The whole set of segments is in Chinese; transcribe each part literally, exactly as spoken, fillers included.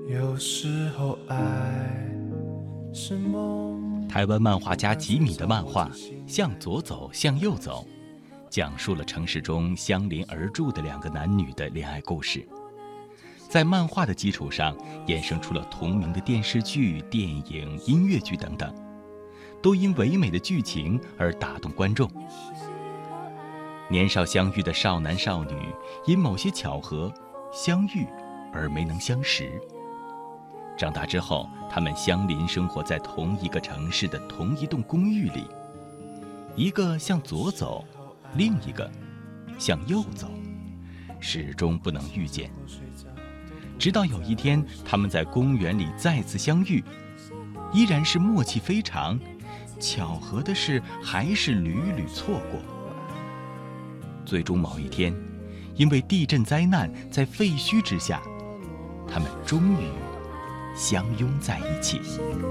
有时候爱是梦。 台湾漫画家吉米的漫画《向左走，向右走》，讲述了城市中相邻而住的两个男女的恋爱故事。在漫画的基础上，衍生出了同名的电视剧、电影、音乐剧等等，都因唯美的剧情而打动观众。年少相遇的少男少女，因某些巧合相遇而没能相识。长大之后，他们相邻生活在同一个城市的同一栋公寓里，一个向左走，另一个向右走，始终不能遇见。直到有一天，他们在公园里再次相遇，依然是默契非常，巧合的是还是屡屡错过。最终某一天，因为地震灾难，在废墟之下，他们终于相拥在一起。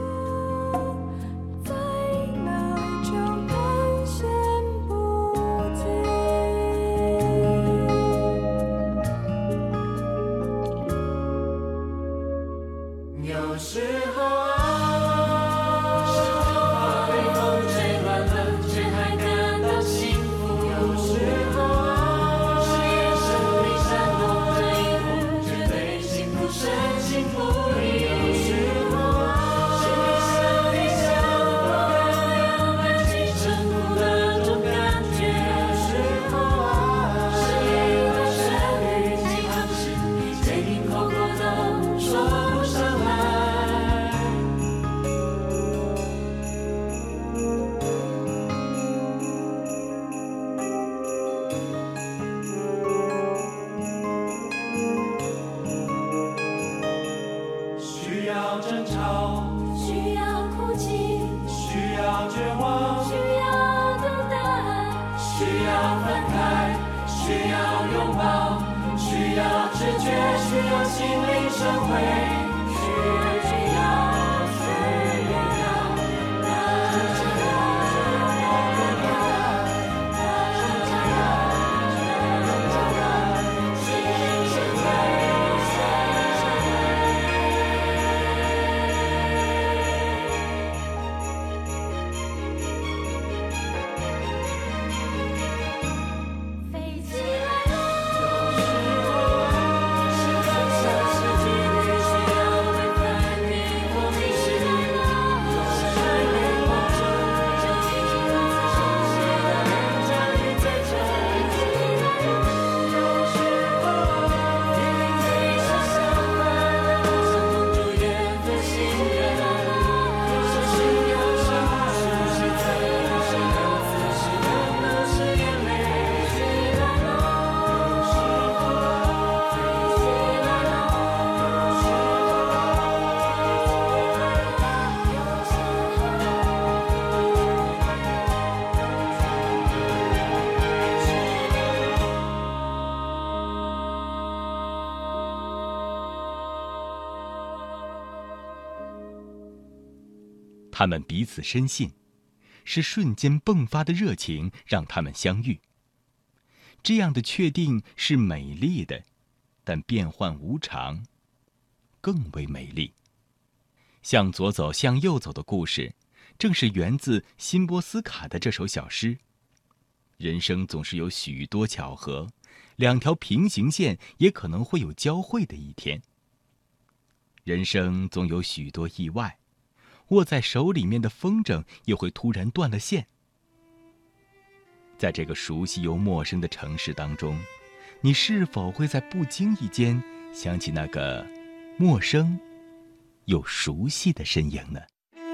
有时候啊，被风吹乱了，却还感到幸福。有时候啊，是眼神里闪动着荧幕，却对幸福深信不疑。有时候啊，是你像你像我一样满起尘土那种感觉。有时候啊，是一段旋律，几行诗，随听口口都说不上来。需要争吵， 需要哭泣， 需要绝望， 需要等待， 需要分开，需要拥抱，需要直觉，需要心领神会，需要需要需要那就这样分开，那就这样就这样心领神会，心领神会。飞起来了，是更像是距离，需要被分离或迷失的是还没握住，就已经如此熟悉的人，站立在这里。有时候，天灵飞是相反的，像公主也飞行人，有时心有时熟悉在有时有此时的都是眼泪。飞起来了，有时候，飞起来了，有时候，有时他们彼此深信，是瞬间迸发的热情让他们相遇。这样的确定是美丽的，但变幻无常更为美丽。向左走，向右走的故事，正是源自辛波斯卡的这首小诗。人生总是有许多巧合，两条平行线也可能会有交汇的一天。人生总有许多意外，握在手里面的风筝也会突然断了线。在这个熟悉又陌生的城市当中，你是否会在不经意间想起那个陌生又熟悉的身影呢？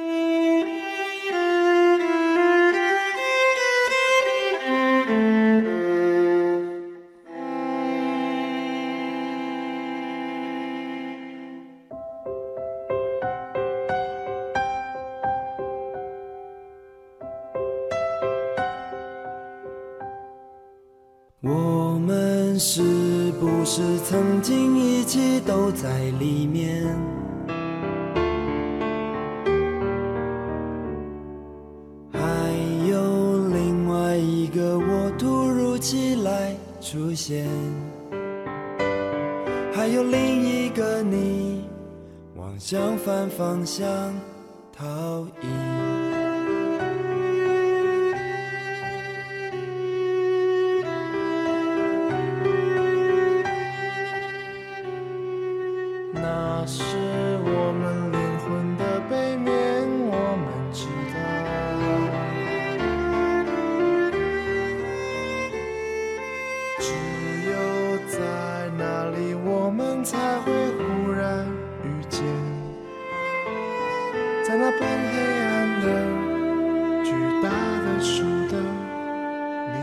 我们是不是曾经一起都在里面？还有另外一个我突如其来出现，还有另一个你往相反方向逃逸。那是我们灵魂的背面，我们知道，只有在那里，我们才会忽然遇见，在那片黑暗的巨大的树的里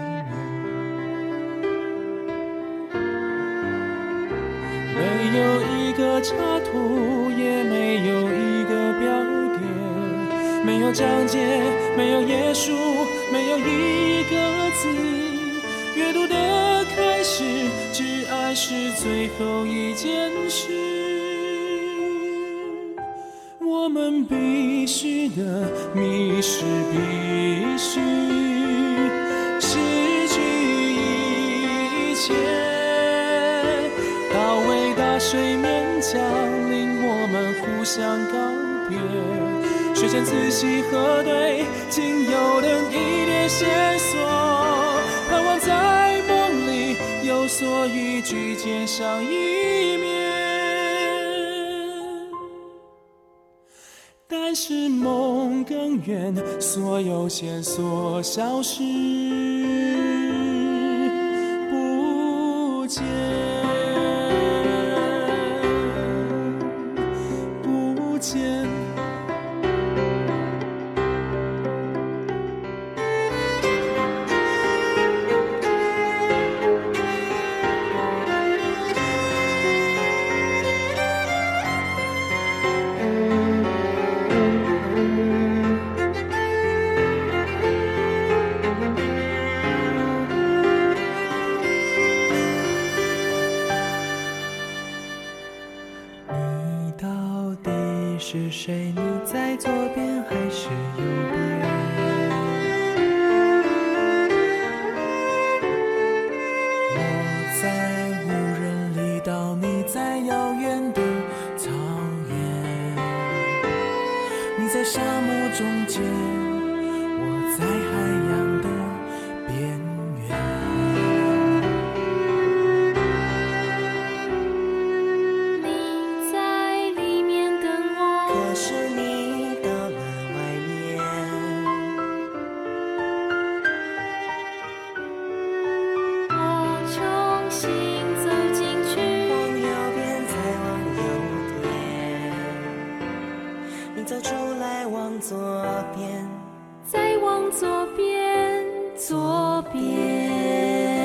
面， 没有一个插图，也没有一个标点，没有章节，没有页数，没有一个字。阅读的开始，挚爱是最后一件事。我们必须的迷失，必须失去一切。到伟大水面降临，我们互相告别。水深仔细核对仅有的一点线索，盼望在梦里有所依据，见上一面。但是梦更远，所有线索消失不见。 你到底是谁？你在左边还是右边？我在无人离岛，你在遥远的草原。你在沙漠中间，我在海洋的边缘。 你在里面等我， 可是你到了外面， 我重新走进去， 往右边再往右边，你走出来往左边， 再往左边，左边。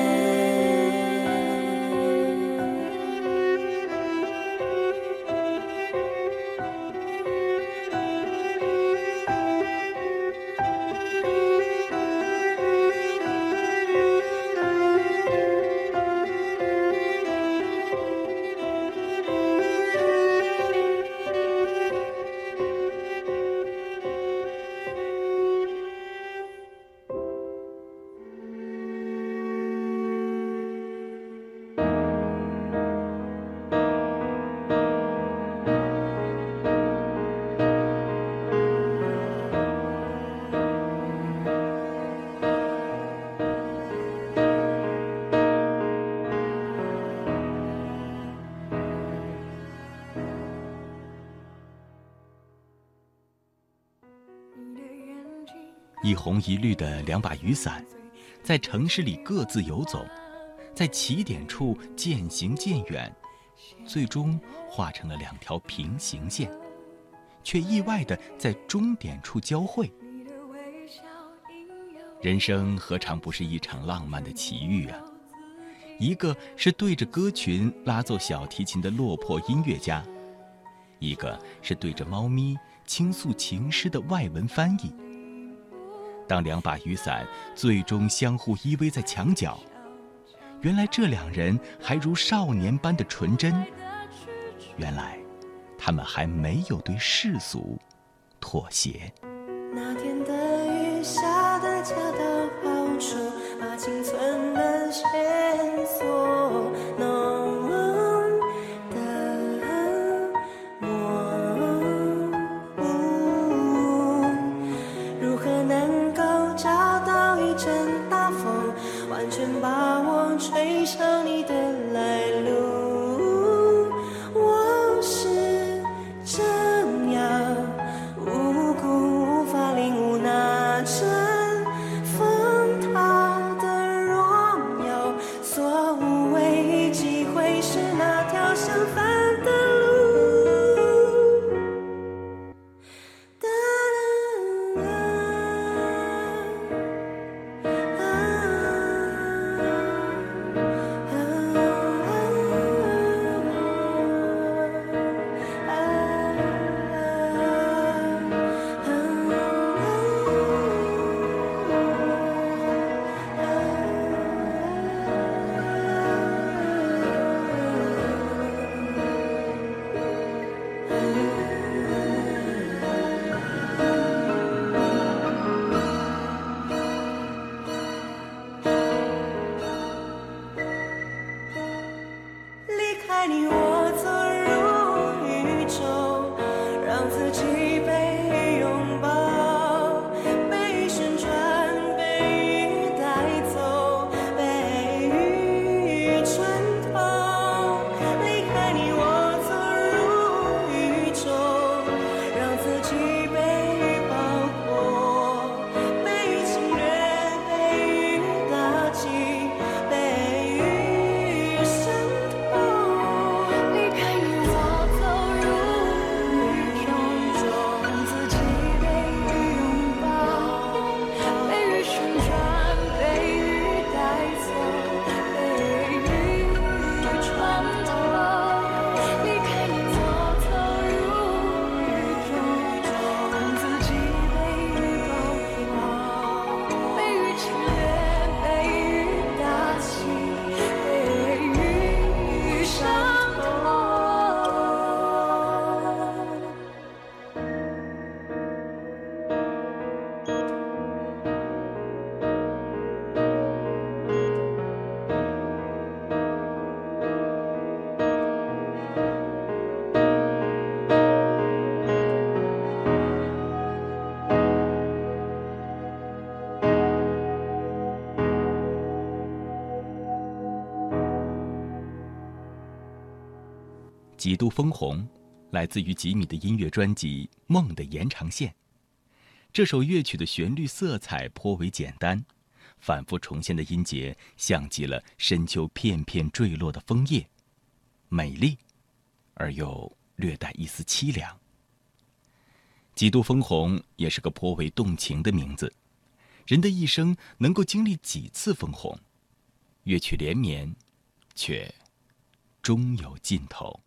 一红一绿的两把雨伞，在城市里各自游走，在起点处渐行渐远，最终化成了两条平行线，却意外地在终点处交汇。人生何尝不是一场浪漫的奇遇啊！一个是对着歌群拉奏小提琴的落魄音乐家，一个是对着猫咪倾诉情诗的外文翻译。当两把雨伞最终相互依偎在墙角，原来这两人还如少年般的纯真，原来他们还没有对世俗妥协。 那天的雨下得恰到好处，把青春的线索弄得我几度枫红来自于吉米的音乐专辑《梦的延长线》。这首乐曲的旋律色彩颇为简单，反复重现的音节像极了深秋片片坠落的枫叶，美丽而又略带一丝凄凉。几度枫红也是个颇为动情的名字，人的一生能够经历几次枫红？乐曲连绵，却终有尽头。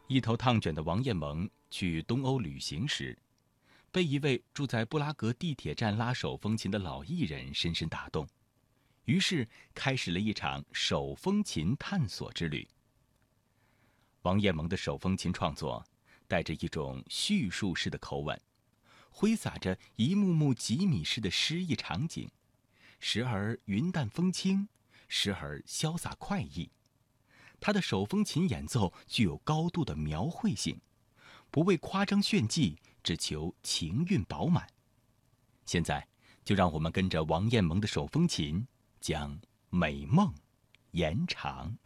一头烫卷的王雁萌去东欧旅行时，被一位住在布拉格地铁站拉手风琴的老艺人深深打动，于是开始了一场手风琴探索之旅。王雁萌的手风琴创作带着一种叙述式的口吻，挥洒着一幕幕几米式的诗意场景，时而云淡风轻，时而潇洒快意。他的手风琴演奏具有高度的描绘性，不为夸张炫技，只求情韵饱满。现在，就让我们跟着王雁萌的手风琴，将美梦延长。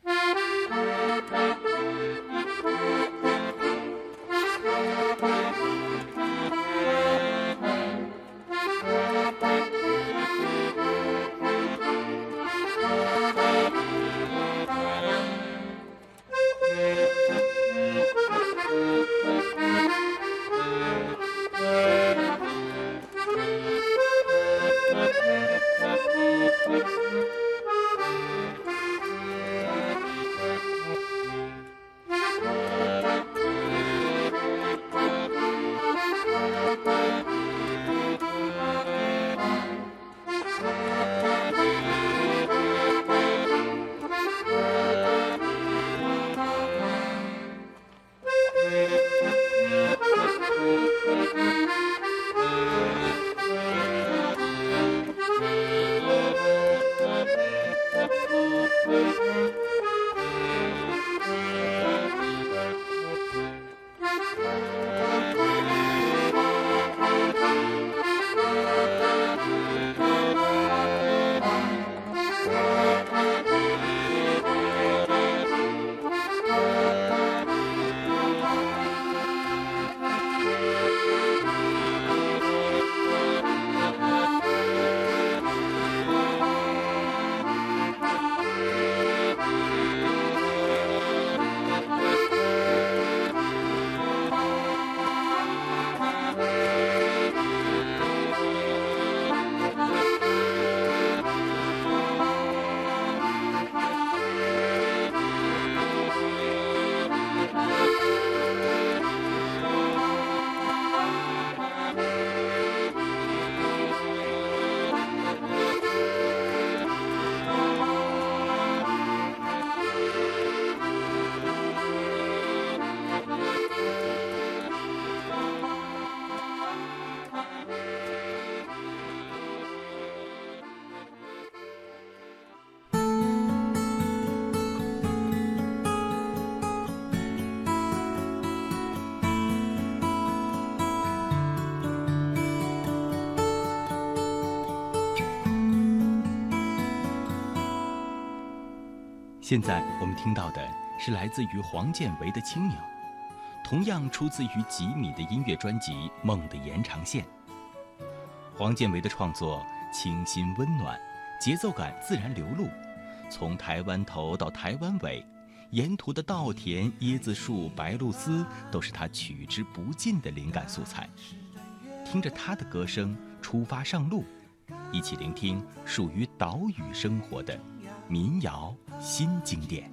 现在我们听到的是来自于黄建为的《青鸟》，同样出自于吉米的音乐专辑《梦的延长线》。黄建为的创作清新温暖，节奏感自然流露，从台湾头到台湾尾，沿途的稻田、椰子树、白鹭鸶都是他取之不尽的灵感素材。听着他的歌声出发上路，一起聆听属于岛屿生活的民谣新经典。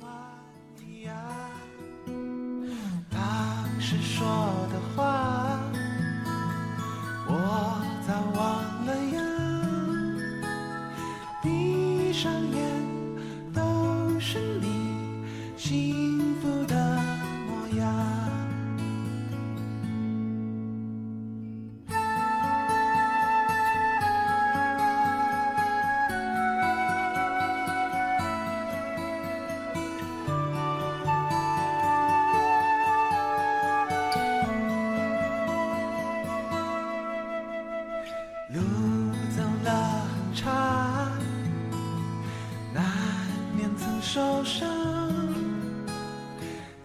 当时说的话我早忘了呀，闭上眼都是你幸福的模样。路走了很长，难免曾受伤，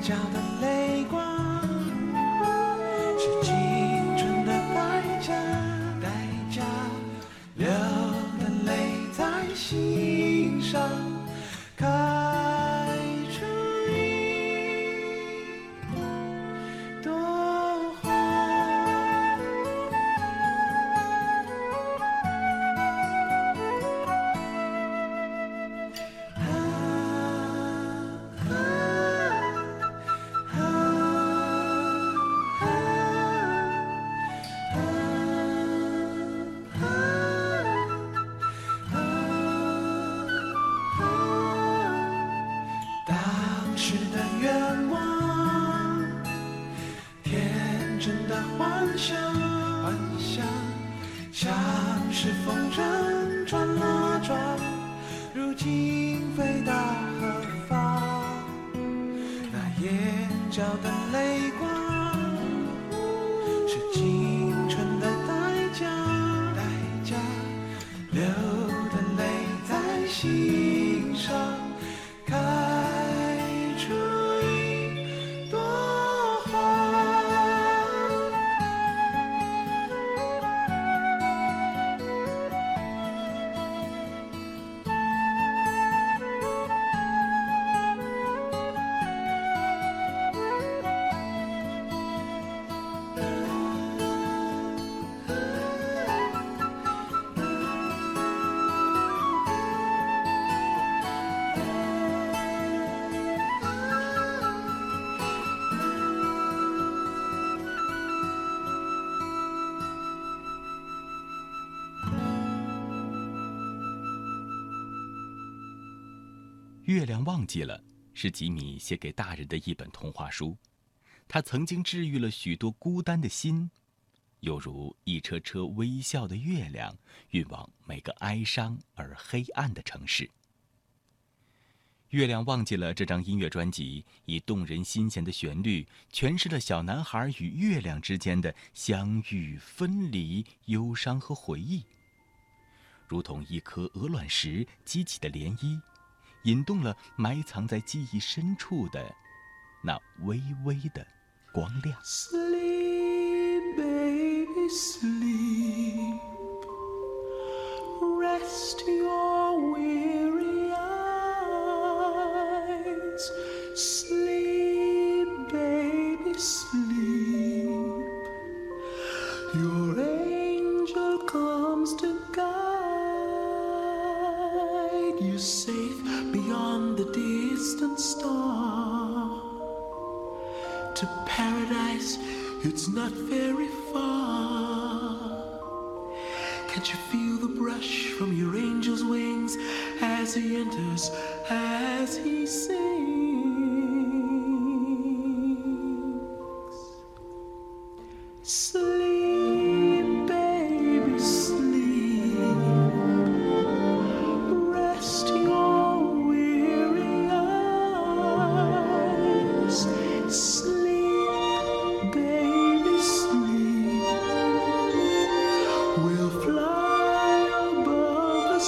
角的泪光，是青春的代价，代价，流的泪在心上开出一朵花。当时的愿望，天真的幻想，幻想像是风筝转啊转，如今飞到何方？那眼角的泪光，是青春的代价，代价，流的泪在心上开出一朵花。 月亮忘记了是吉米写给大人的一本童话书，它曾经治愈了许多孤单的心，犹如一车车微笑的月亮，运往每个哀伤而黑暗的城市。月亮忘记了这张音乐专辑以动人心弦的旋律诠释了小男孩与月亮之间的相遇、分离、忧伤和回忆，如同一颗鹅卵石激起的涟漪，引动了埋藏在记忆深处的那微微的光亮。 Sleep, baby, sleep. Rest your weary eyes. Sleep, baby, sleep. Your angel comes to guide you safe beyond the distant star. To paradise, it's not very far. Can't you feel the brush from your angel's wings as he enters, as he sings? Sleep, baby, sleep. Rest your weary eyes. Sleep, baby, sleep. We'll fly above the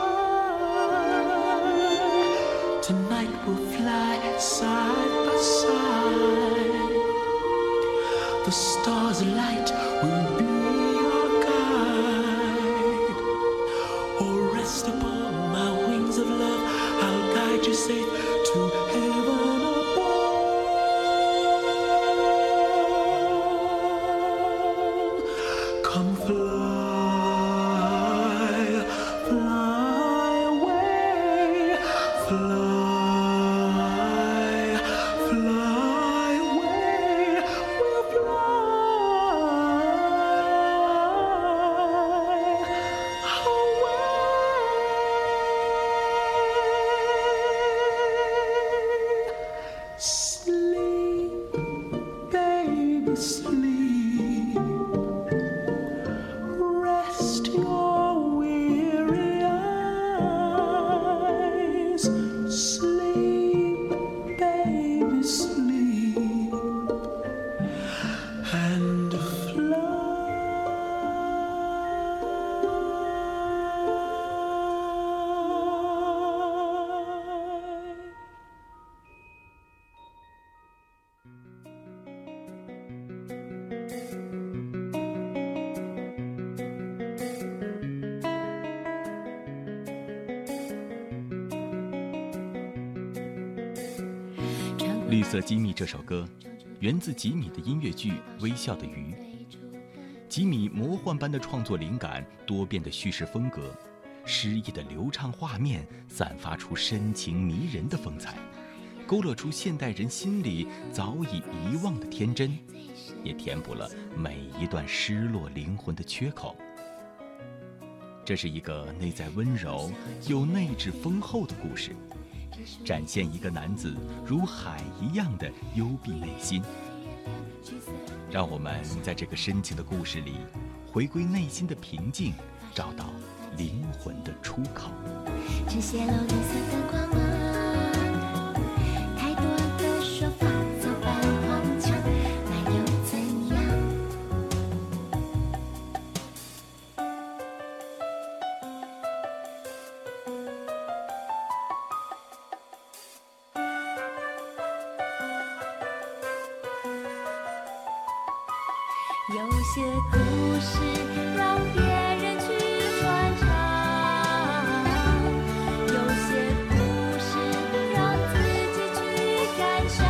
sky. Tonight we'll fly side by side. The stars alight will be our guide. Oh, rest upon my wings of love. I'll guide you safe to heaven above. Come fly, fly away, fly, fly away. We'll fly 绿色机密这首歌源自吉米的音乐剧《微笑的鱼》。吉米魔幻般的创作灵感，多变的叙事风格，诗意的流畅画面，散发出深情迷人的风采，勾勒出现代人心里早已遗忘的天真，也填补了每一段失落灵魂的缺口。这是一个内在温柔又内质丰厚的故事，展现一个男子如海一样的幽闭内心。让我们在这个深情的故事里，回归内心的平静，找到灵魂的出口。 只泄露绿色的光芒，太多的说法早扮荒腔，那又怎样？有些故事让别人去传唱，有些故事让自己去感伤。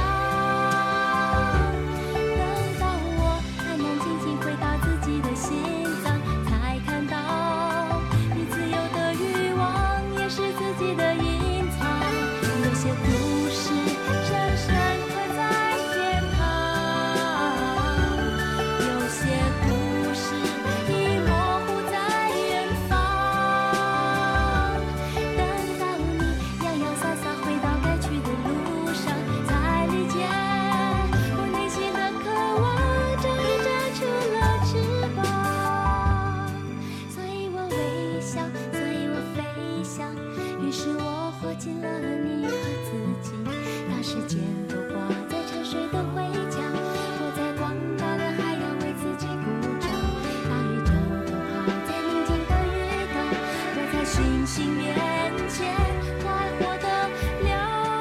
等到我安安静静回到自己的心脏，才看到你自由的欲望也是自己的隐藏。有些故事深深刻在天堂，有些故事已模糊在远方。等到你洋洋洒洒回到该去的路上，才理解我内心的渴望终于长出了翅膀。所以我微笑，所以我飞翔，于是我活进了你和自己。当时间都挂在沉睡的回墙，我在广大的海洋为自己鼓掌。当宇宙都泡在宁静的鱼缸，我在星星面前快活的流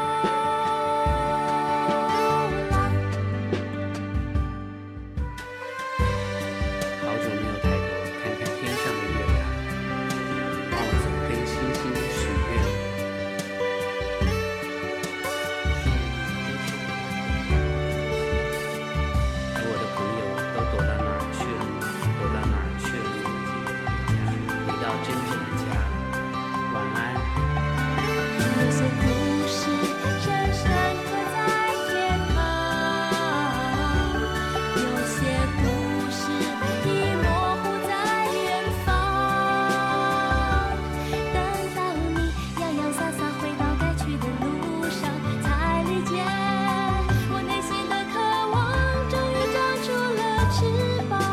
浪。 好久没有抬头看看天上的月亮，让我总跟星星许愿。而我的朋友都躲到哪儿去了？躲到哪儿去了？回到真正的家。晚安。 有些故事深深刻在天堂，有些故事已模糊在远方。等到你洋洋洒洒回到该去的路上，才理解我内心的渴望终于长出了翅膀。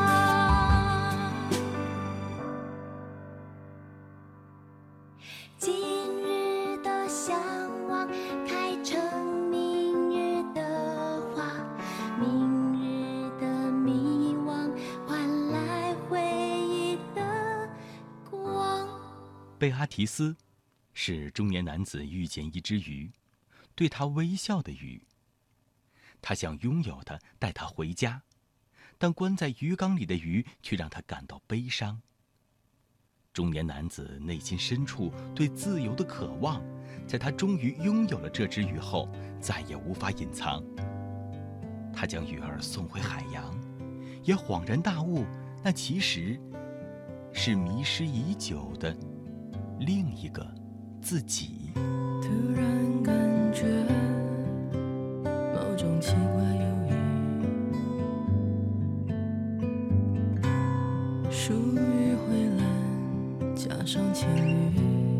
今日的向往开成明日的花，明日的迷惘换来回忆的光。 贝阿提斯是中年男子遇见一只鱼，对他微笑的鱼。他想拥有它，带它回家，但关在鱼缸里的鱼却让他感到悲伤。中年男子内心深处对自由的渴望，在他终于拥有了这只鱼后，再也无法隐藏。他将鱼儿送回海洋，也恍然大悟，那其实是迷失已久的另一个自己。 突然感觉某种奇怪忧郁，属于灰蓝加上浅绿，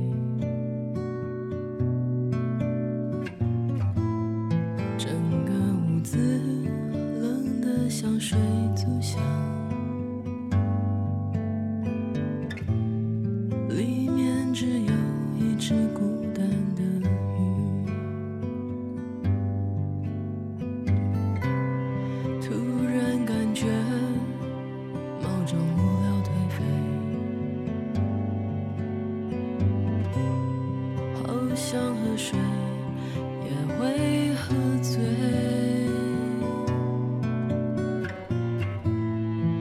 整个屋子冷得像水族箱，里面只有一只孤单的鱼。突然感觉某种无聊颓废，好像喝水也会喝醉。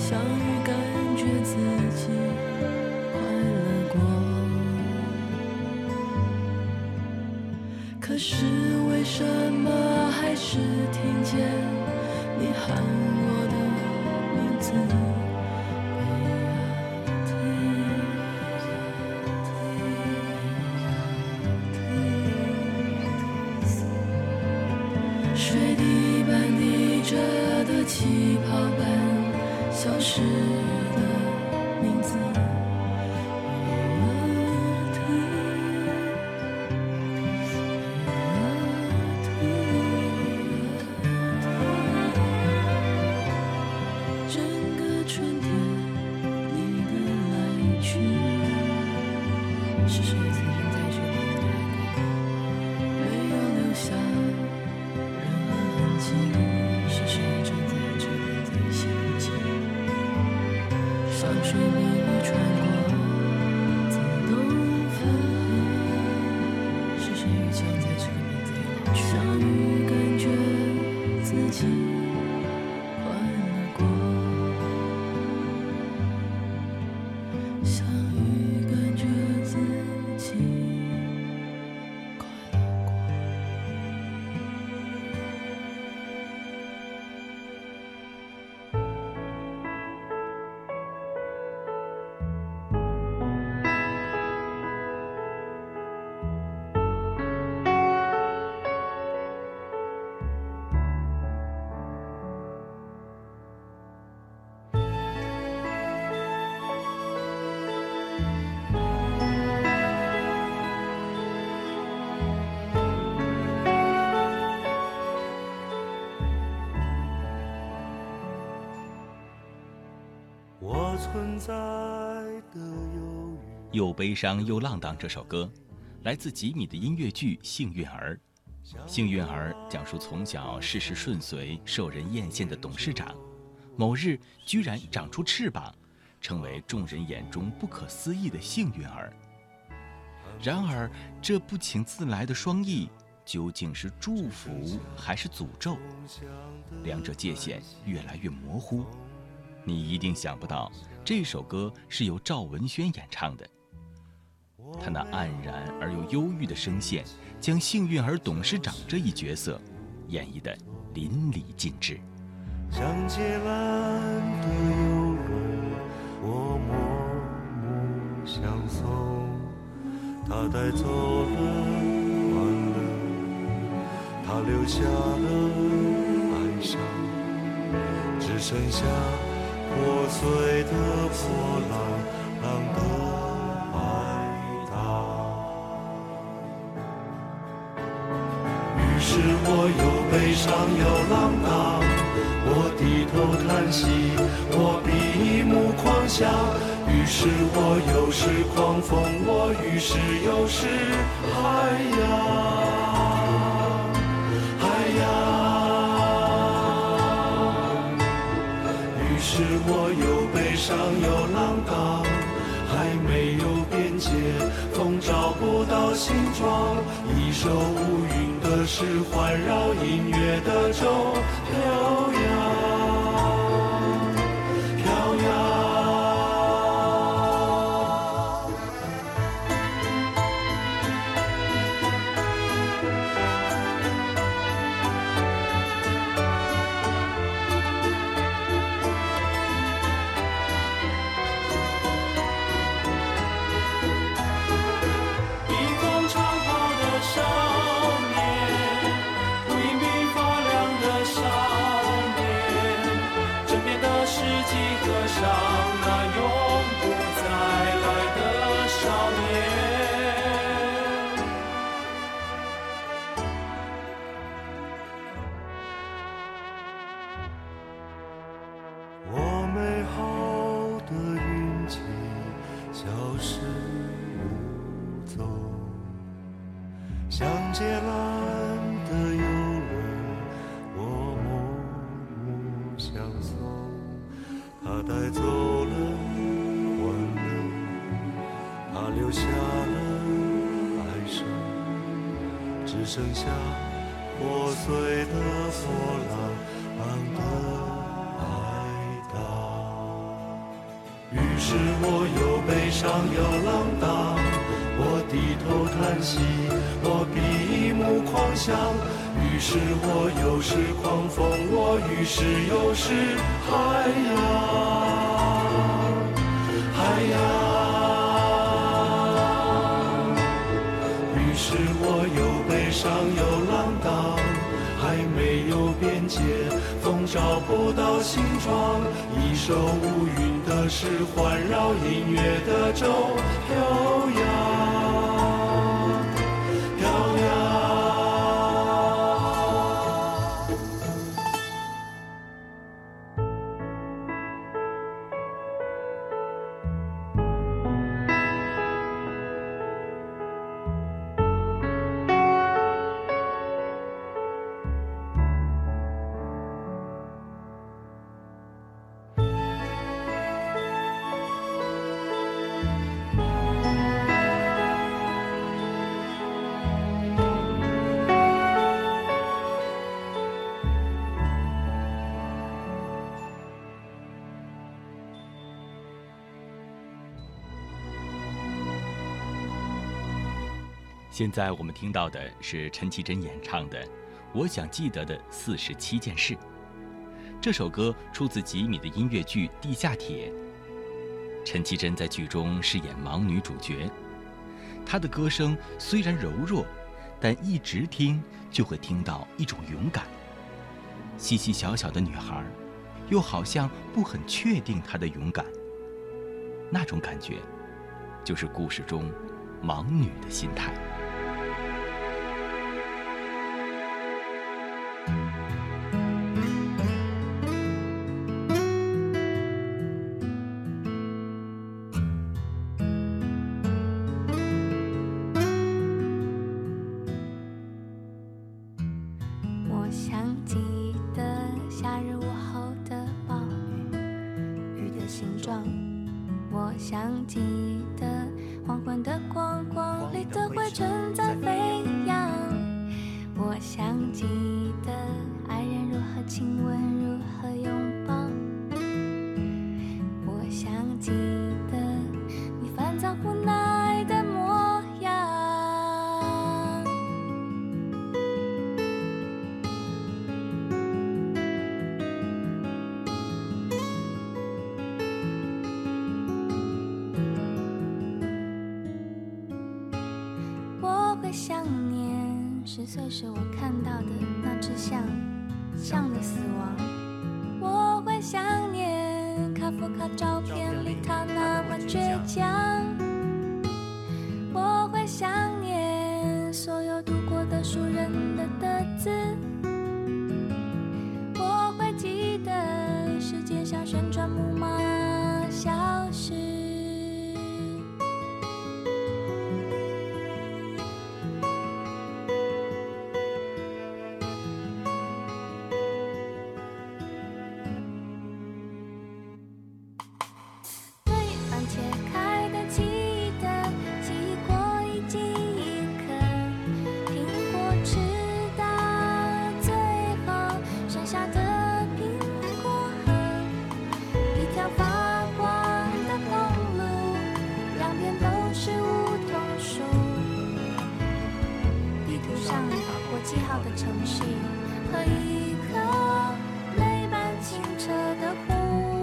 相遇感觉自己快乐过，可是为什么还是听见你喊我的名字？水滴般滴着的气泡般消失的名字。整个春天，你的来去，是谁曾经在这里来过？没有留下任何痕迹，是谁正在这里在想起？上水面已穿过自动分离，是谁又将在这里在老去？相遇感觉自己快乐过，相遇感觉自己快乐过。 我存在的忧郁。 又悲伤又浪荡这首歌，来自吉米的音乐剧《幸运儿》。幸运儿讲述从小事事顺遂、受人艳羡的董事长，某日居然长出翅膀，成为众人眼中不可思议的幸运儿。然而，这不请自来的双翼，究竟是祝福还是诅咒？两者界限越来越模糊。你一定想不到，这首歌是由赵文轩演唱的。他那黯然而又忧郁的声线，将幸运儿董事长这一角色演绎得淋漓尽致。 像借来的游轮，我默默相送。他带走了欢乐，他留下了哀伤，只剩下破碎的波浪，浪的海大。于是我又悲伤又浪荡，我低头叹息，我闭目狂想。于是我又是狂风，我于是又是海洋，海洋。于是我又悲伤又浪荡，还没有边界，风找不到形状，一首无云的诗环绕音乐的舟飘扬，飘扬。我美好的云气消失无踪，像借来的游轮，我默默相送。他带走了欢乐，他留下了哀伤，只剩下破碎的波浪，浪的海大。 于是我又悲伤又浪荡，我低头叹息，我闭目狂想。于是我又是狂风，我于是又是海洋，海洋。于是我又悲伤又浪荡，还没有边界，风找不到形状，一首无韵的诗环绕音乐的舟飘扬，飘扬。 现在我们听到的是陈绮贞演唱的《我想记得的四十七件事》。这首歌出自吉米的音乐剧《地下铁》。陈绮贞在剧中饰演盲女主角，她的歌声虽然柔弱，但一直听就会听到一种勇敢。细细小小的女孩，又好像不很确定她的勇敢。那种感觉，就是故事中盲女的心态。 我想记得夏日午后的暴雨，雨的形状。我想记得黄昏的光，光里的灰尘在飞扬。我想记得爱人如何亲吻，如何拥抱。我想记得你烦躁无奈的模样。我会想念十岁时我看到的那只象，象的死亡。我会想念卡夫卡照片里他那么倔强。我会想念所有读过的书人的的字。我会记得世界像旋转木马消失。切开的记得，记过一季一颗苹果，吃到最后剩下的苹果核，一条发光的公路，两边都是梧桐树，地图上我记好的城市和一颗泪般清澈的湖。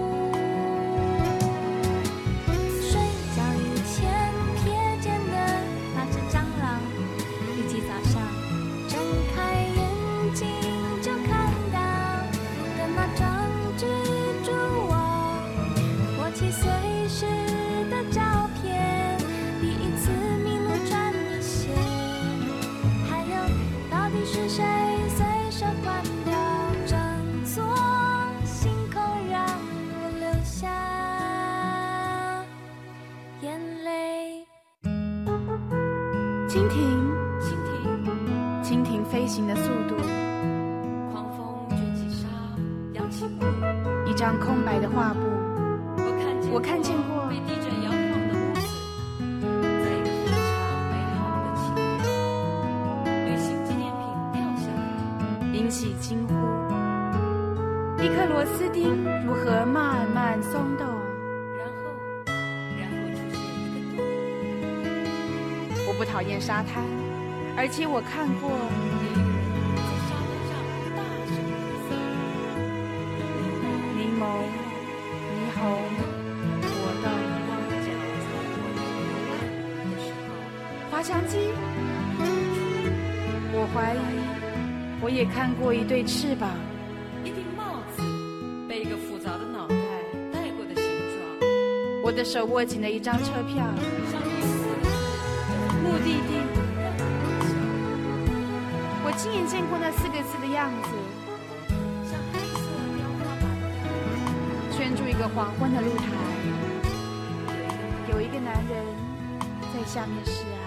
蜻蜓，蜻蜓，蜻蜓飞行的速度。 狂风卷起沙，扬起雾。 一张空白的画布， 我看见， 我看见过被地震摇晃的屋子，在一个非常美好的晴天，旅行纪念品掉下来， 引起惊呼。一颗螺丝钉如何慢慢松动？ 然后我不讨厌沙滩，而且我看过柠檬、霓虹、果冻、滑翔机。我怀疑我也看过一对翅膀。 一顶帽子，被一个复杂的脑袋戴过的形状。 我的手握紧了一张车票，目的地。我亲眼见过那四个字的样子， 像黑色雕花般的， 圈住一个黄昏的露台，有一个男人在下面示爱。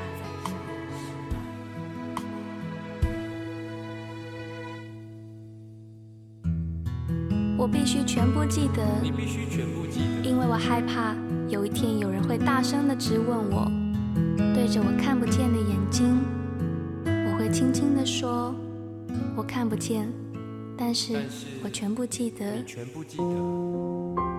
我必须全部记得， 你必须全部记得， 因为我害怕有一天有人会大声地质问我，对着我看不见的眼睛，我会轻轻地说，我看不见，但是但是我全部记得。 你全部记得。